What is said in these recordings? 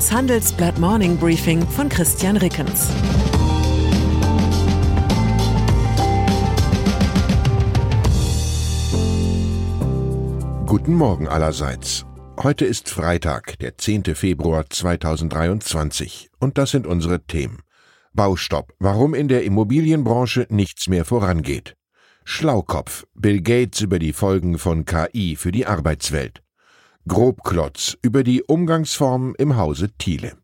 Das Handelsblatt Morning Briefing von Christian Rickens. Guten Morgen allerseits. Heute ist Freitag, der 10. Februar 2023 und das sind unsere Themen. Baustopp, warum in der Immobilienbranche nichts mehr vorangeht. Schlaukopf, Bill Gates über die Folgen von KI für die Arbeitswelt. Grobklotz über die Umgangsformen im Hause Thiele.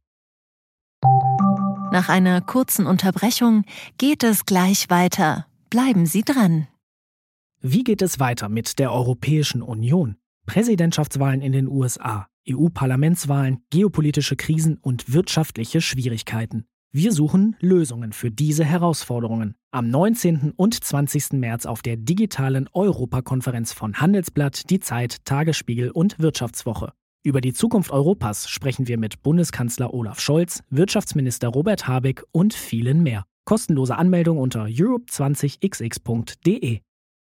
Nach einer kurzen Unterbrechung geht es gleich weiter. Bleiben Sie dran. Wie geht es weiter mit der Europäischen Union? Präsidentschaftswahlen in den USA, EU-Parlamentswahlen, geopolitische Krisen und wirtschaftliche Schwierigkeiten. Wir suchen Lösungen für diese Herausforderungen. Am 19. und 20. März auf der digitalen Europakonferenz von Handelsblatt, Die Zeit, Tagesspiegel und Wirtschaftswoche. Über die Zukunft Europas sprechen wir mit Bundeskanzler Olaf Scholz, Wirtschaftsminister Robert Habeck und vielen mehr. Kostenlose Anmeldung unter europe20xx.de.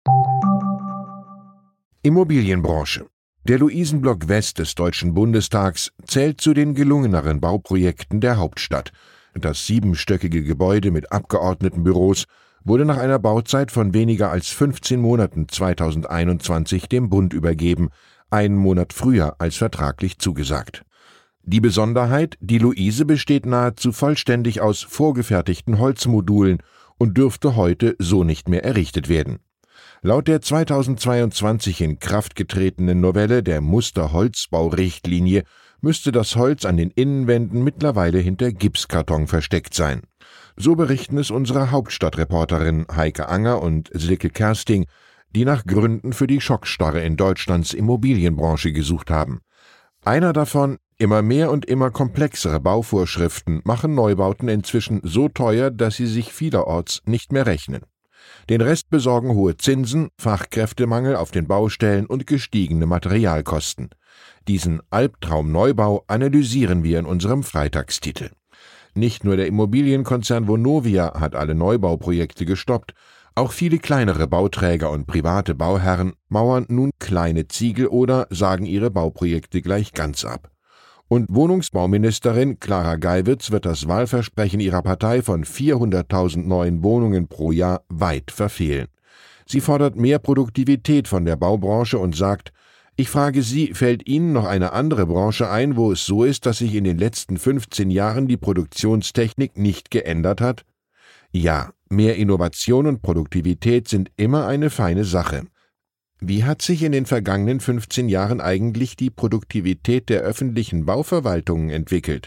Immobilienbranche. Der Luisenblock West des Deutschen Bundestags zählt zu den gelungeneren Bauprojekten der Hauptstadt. Das 7-stöckige Gebäude mit Abgeordnetenbüros wurde nach einer Bauzeit von weniger als 15 Monaten 2021 dem Bund übergeben, einen Monat früher als vertraglich zugesagt. Die Besonderheit, die Luise besteht nahezu vollständig aus vorgefertigten Holzmodulen und dürfte heute so nicht mehr errichtet werden. Laut der 2022 in Kraft getretenen Novelle der Musterholzbaurichtlinie müsste das Holz an den Innenwänden mittlerweile hinter Gipskarton versteckt sein. So berichten es unsere Hauptstadtreporterin Heike Anger und Silke Kersting, die nach Gründen für die Schockstarre in Deutschlands Immobilienbranche gesucht haben. Einer davon: immer mehr und immer komplexere Bauvorschriften machen Neubauten inzwischen so teuer, dass sie sich vielerorts nicht mehr rechnen. Den Rest besorgen hohe Zinsen, Fachkräftemangel auf den Baustellen und gestiegene Materialkosten. Diesen Albtraum-Neubau analysieren wir in unserem Freitagstitel. Nicht nur der Immobilienkonzern Vonovia hat alle Neubauprojekte gestoppt, auch viele kleinere Bauträger und private Bauherren mauern nun kleine Ziegel oder sagen ihre Bauprojekte gleich ganz ab. Und Wohnungsbauministerin Clara Geiwitz wird das Wahlversprechen ihrer Partei von 400.000 neuen Wohnungen pro Jahr weit verfehlen. Sie fordert mehr Produktivität von der Baubranche und sagt: Ich frage Sie, fällt Ihnen noch eine andere Branche ein, wo es so ist, dass sich in den letzten 15 Jahren die Produktionstechnik nicht geändert hat? Ja, mehr Innovation und Produktivität sind immer eine feine Sache. Wie hat sich in den vergangenen 15 Jahren eigentlich die Produktivität der öffentlichen Bauverwaltungen entwickelt?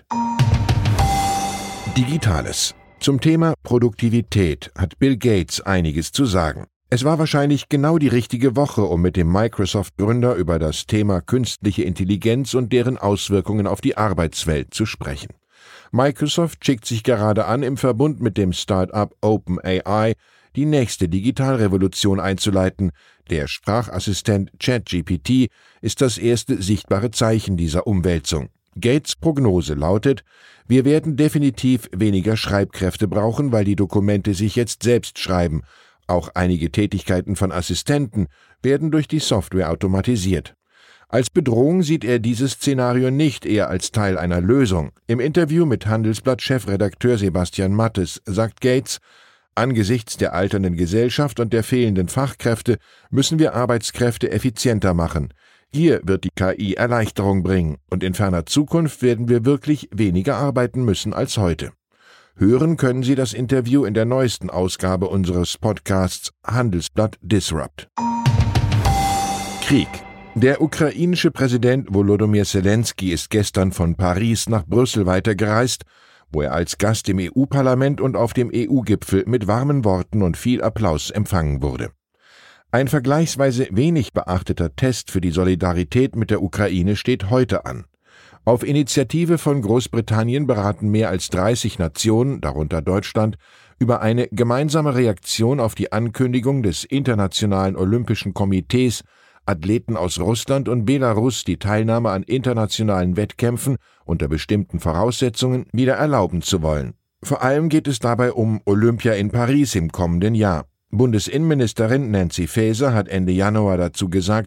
Digitales. Zum Thema Produktivität hat Bill Gates einiges zu sagen. Es war wahrscheinlich genau die richtige Woche, um mit dem Microsoft-Gründer über das Thema künstliche Intelligenz und deren Auswirkungen auf die Arbeitswelt zu sprechen. Microsoft schickt sich gerade an, im Verbund mit dem Start-up OpenAI die nächste Digitalrevolution einzuleiten. Der Sprachassistent ChatGPT ist das erste sichtbare Zeichen dieser Umwälzung. Gates' Prognose lautet: Wir werden definitiv weniger Schreibkräfte brauchen, weil die Dokumente sich jetzt selbst schreiben. Auch einige Tätigkeiten von Assistenten werden durch die Software automatisiert. Als Bedrohung sieht er dieses Szenario nicht, eher als Teil einer Lösung. Im Interview mit Handelsblatt-Chefredakteur Sebastian Mattes sagt Gates: Angesichts der alternden Gesellschaft und der fehlenden Fachkräfte müssen wir Arbeitskräfte effizienter machen. Hier wird die KI Erleichterung bringen und in ferner Zukunft werden wir wirklich weniger arbeiten müssen als heute. Hören können Sie das Interview in der neuesten Ausgabe unseres Podcasts Handelsblatt Disrupt. Krieg. Der ukrainische Präsident Volodymyr Zelensky ist gestern von Paris nach Brüssel weitergereist, wo er als Gast im EU-Parlament und auf dem EU-Gipfel mit warmen Worten und viel Applaus empfangen wurde. Ein vergleichsweise wenig beachteter Test für die Solidarität mit der Ukraine steht heute an. Auf Initiative von Großbritannien beraten mehr als 30 Nationen, darunter Deutschland, über eine gemeinsame Reaktion auf die Ankündigung des Internationalen Olympischen Komitees, Athleten aus Russland und Belarus die Teilnahme an internationalen Wettkämpfen unter bestimmten Voraussetzungen wieder erlauben zu wollen. Vor allem geht es dabei um Olympia in Paris im kommenden Jahr. Bundesinnenministerin Nancy Faeser hat Ende Januar dazu gesagt: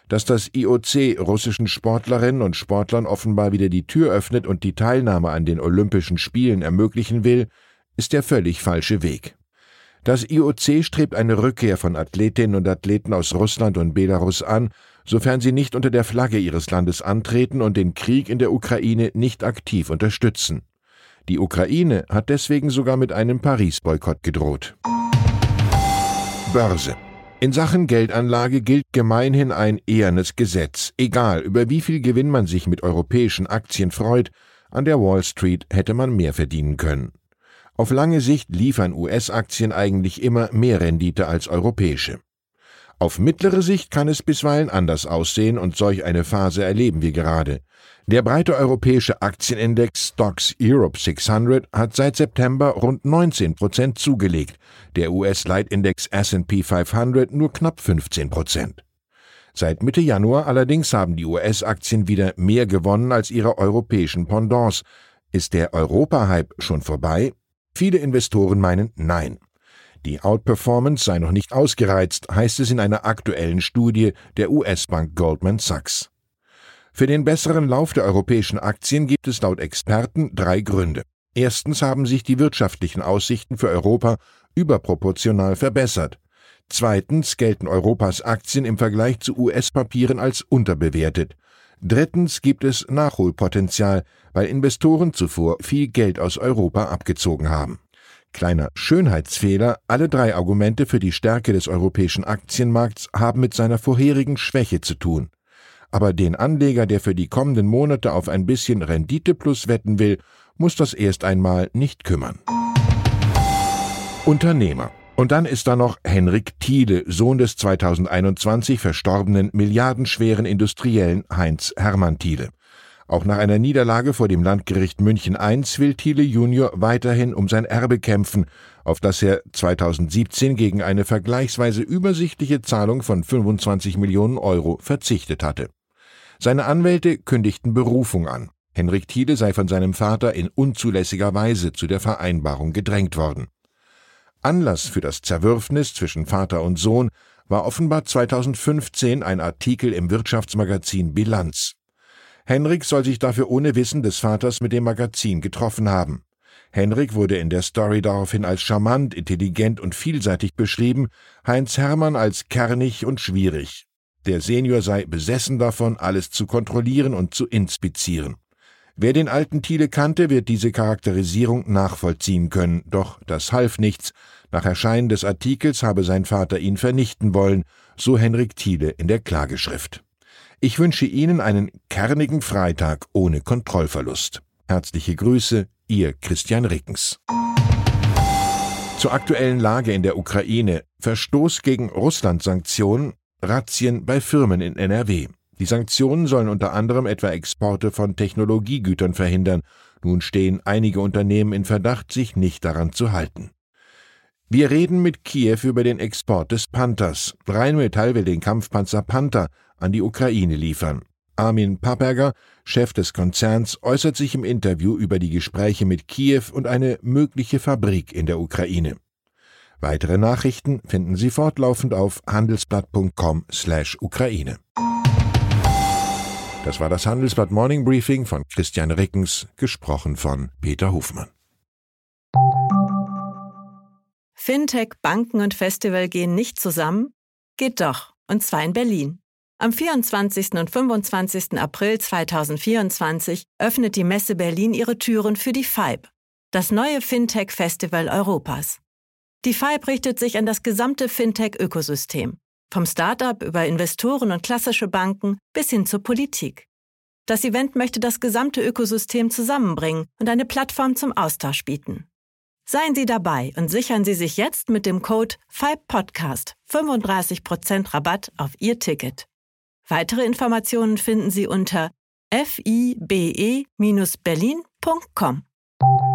Dass das IOC russischen Sportlerinnen und Sportlern offenbar wieder die Tür öffnet und die Teilnahme an den Olympischen Spielen ermöglichen will, ist der völlig falsche Weg. Das IOC strebt eine Rückkehr von Athletinnen und Athleten aus Russland und Belarus an, sofern sie nicht unter der Flagge ihres Landes antreten und den Krieg in der Ukraine nicht aktiv unterstützen. Die Ukraine hat deswegen sogar mit einem Paris-Boykott gedroht. Börse. In Sachen Geldanlage gilt gemeinhin ein ehernes Gesetz. Egal, über wie viel Gewinn man sich mit europäischen Aktien freut, an der Wall Street hätte man mehr verdienen können. Auf lange Sicht liefern US-Aktien eigentlich immer mehr Rendite als europäische. Auf mittlere Sicht kann es bisweilen anders aussehen und solch eine Phase erleben wir gerade. Der breite europäische Aktienindex Stoxx Europe 600 hat seit September rund 19% zugelegt, der US-Leitindex S&P 500 nur knapp 15%. Seit Mitte Januar allerdings haben die US-Aktien wieder mehr gewonnen als ihre europäischen Pendants. Ist der Europa-Hype schon vorbei? Viele Investoren meinen nein. Die Outperformance sei noch nicht ausgereizt, heißt es in einer aktuellen Studie der US-Bank Goldman Sachs. Für den besseren Lauf der europäischen Aktien gibt es laut Experten 3 Gründe. Erstens haben sich die wirtschaftlichen Aussichten für Europa überproportional verbessert. Zweitens gelten Europas Aktien im Vergleich zu US-Papieren als unterbewertet. Drittens gibt es Nachholpotenzial, weil Investoren zuvor viel Geld aus Europa abgezogen haben. Kleiner Schönheitsfehler, alle 3 Argumente für die Stärke des europäischen Aktienmarkts haben mit seiner vorherigen Schwäche zu tun. Aber den Anleger, der für die kommenden Monate auf ein bisschen Rendite plus wetten will, muss das erst einmal nicht kümmern. Unternehmer. Und dann ist da noch Henrik Thiele, Sohn des 2021 verstorbenen milliardenschweren Industriellen Heinz Hermann Thiele. Auch nach einer Niederlage vor dem Landgericht München I will Thiele Junior weiterhin um sein Erbe kämpfen, auf das er 2017 gegen eine vergleichsweise übersichtliche Zahlung von 25 Millionen Euro verzichtet hatte. Seine Anwälte kündigten Berufung an. Henrik Thiele sei von seinem Vater in unzulässiger Weise zu der Vereinbarung gedrängt worden. Anlass für das Zerwürfnis zwischen Vater und Sohn war offenbar 2015 ein Artikel im Wirtschaftsmagazin Bilanz. Henrik soll sich dafür ohne Wissen des Vaters mit dem Magazin getroffen haben. Henrik wurde in der Story daraufhin als charmant, intelligent und vielseitig beschrieben, Heinz Hermann als kernig und schwierig. Der Senior sei besessen davon, alles zu kontrollieren und zu inspizieren. Wer den alten Thiele kannte, wird diese Charakterisierung nachvollziehen können, doch das half nichts. Nach Erscheinen des Artikels habe sein Vater ihn vernichten wollen, so Henrik Thiele in der Klageschrift. Ich wünsche Ihnen einen kernigen Freitag ohne Kontrollverlust. Herzliche Grüße, Ihr Christian Rickens. Zur aktuellen Lage in der Ukraine. Verstoß gegen Russland-Sanktionen, Razzien bei Firmen in NRW. Die Sanktionen sollen unter anderem etwa Exporte von Technologiegütern verhindern. Nun stehen einige Unternehmen in Verdacht, sich nicht daran zu halten. Wir reden mit Kiew über den Export des Panthers. Rheinmetall will den Kampfpanzer Panther an die Ukraine liefern. Armin Papperger, Chef des Konzerns, äußert sich im Interview über die Gespräche mit Kiew und eine mögliche Fabrik in der Ukraine. Weitere Nachrichten finden Sie fortlaufend auf handelsblatt.com/Ukraine. Das war das Handelsblatt Morning Briefing von Christian Rickens, gesprochen von Peter Hofmann. Fintech, Banken und Festival gehen nicht zusammen? Geht doch, und zwar in Berlin. Am 24. und 25. April 2024 öffnet die Messe Berlin ihre Türen für die FIBE, das neue Fintech-Festival Europas. Die FIBE richtet sich an das gesamte Fintech-Ökosystem, vom Start-up über Investoren und klassische Banken bis hin zur Politik. Das Event möchte das gesamte Ökosystem zusammenbringen und eine Plattform zum Austausch bieten. Seien Sie dabei und sichern Sie sich jetzt mit dem Code FIBEPodcast 35% Rabatt auf Ihr Ticket. Weitere Informationen finden Sie unter fibe-berlin.com.